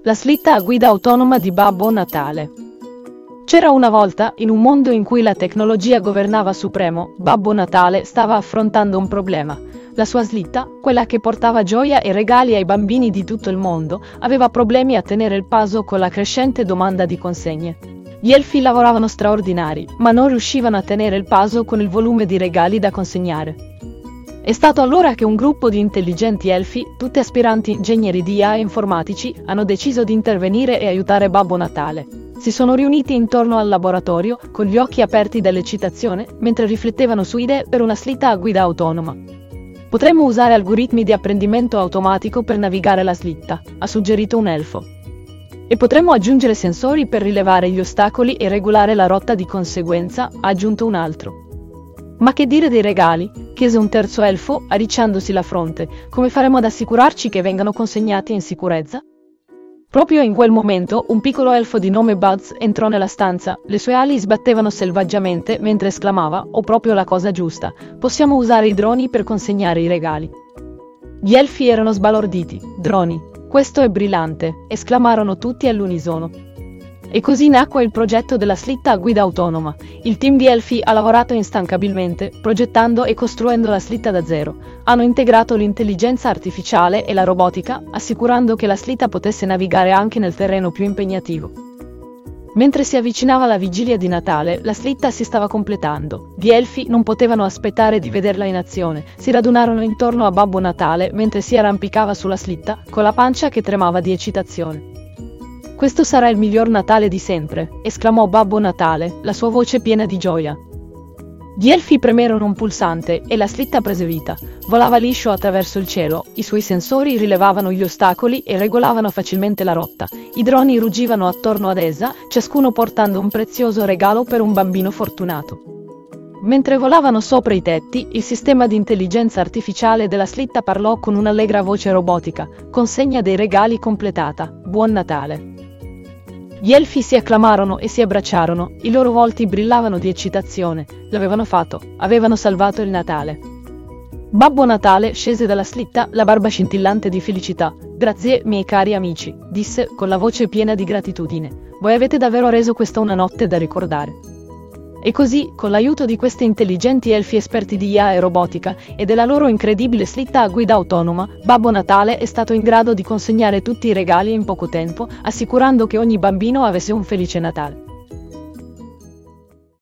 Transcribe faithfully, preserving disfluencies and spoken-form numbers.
La slitta a guida autonoma di Babbo Natale. C'era una volta, in un mondo in cui la tecnologia governava supremo, Babbo Natale stava affrontando un problema. La sua slitta, quella che portava gioia e regali ai bambini di tutto il mondo, aveva problemi a tenere il passo con la crescente domanda di consegne. Gli elfi lavoravano straordinari, ma non riuscivano a tenere il passo con il volume di regali da consegnare. È stato allora che un gruppo di intelligenti elfi, tutti aspiranti ingegneri di I A e informatici, hanno deciso di intervenire e aiutare Babbo Natale. Si sono riuniti intorno al laboratorio, con gli occhi aperti dall'eccitazione, mentre riflettevano su idee per una slitta a guida autonoma. Potremmo usare algoritmi di apprendimento automatico per navigare la slitta, ha suggerito un elfo. E potremmo aggiungere sensori per rilevare gli ostacoli e regolare la rotta di conseguenza, ha aggiunto un altro. Ma che dire dei regali? Chiese un terzo elfo, arricciandosi la fronte. Come faremo ad assicurarci che vengano consegnati in sicurezza? Proprio in quel momento, un piccolo elfo di nome Buzz entrò nella stanza. Le sue ali sbattevano selvaggiamente mentre esclamava: "Ho proprio la cosa giusta. Possiamo usare i droni per consegnare i regali." Gli elfi erano sbalorditi. "Droni? Questo è brillante!" esclamarono tutti all'unisono. E così nacque il progetto della slitta a guida autonoma. Il team di elfi ha lavorato instancabilmente, progettando e costruendo la slitta da zero. Hanno integrato l'intelligenza artificiale e la robotica, assicurando che la slitta potesse navigare anche nel terreno più impegnativo. Mentre si avvicinava la vigilia di Natale, la slitta si stava completando. Gli elfi non potevano aspettare di vederla in azione. Si radunarono intorno a Babbo Natale mentre si arrampicava sulla slitta, con la pancia che tremava di eccitazione. "Questo sarà il miglior Natale di sempre", esclamò Babbo Natale, la sua voce piena di gioia. Gli elfi premerono un pulsante e la slitta prese vita. Volava liscio attraverso il cielo, i suoi sensori rilevavano gli ostacoli e regolavano facilmente la rotta. I droni ruggivano attorno ad essa, ciascuno portando un prezioso regalo per un bambino fortunato. Mentre volavano sopra i tetti, il sistema di intelligenza artificiale della slitta parlò con un'allegra voce robotica: "Consegna dei regali completata, buon Natale." Gli elfi si acclamarono e si abbracciarono, i loro volti brillavano di eccitazione. L'avevano fatto, avevano salvato il Natale. Babbo Natale scese dalla slitta, la barba scintillante di felicità. "Grazie, miei cari amici", disse, con la voce piena di gratitudine. "Voi avete davvero reso questa una notte da ricordare." E così, con l'aiuto di questi intelligenti elfi esperti di I A e robotica, e della loro incredibile slitta a guida autonoma, Babbo Natale è stato in grado di consegnare tutti i regali in poco tempo, assicurando che ogni bambino avesse un felice Natale.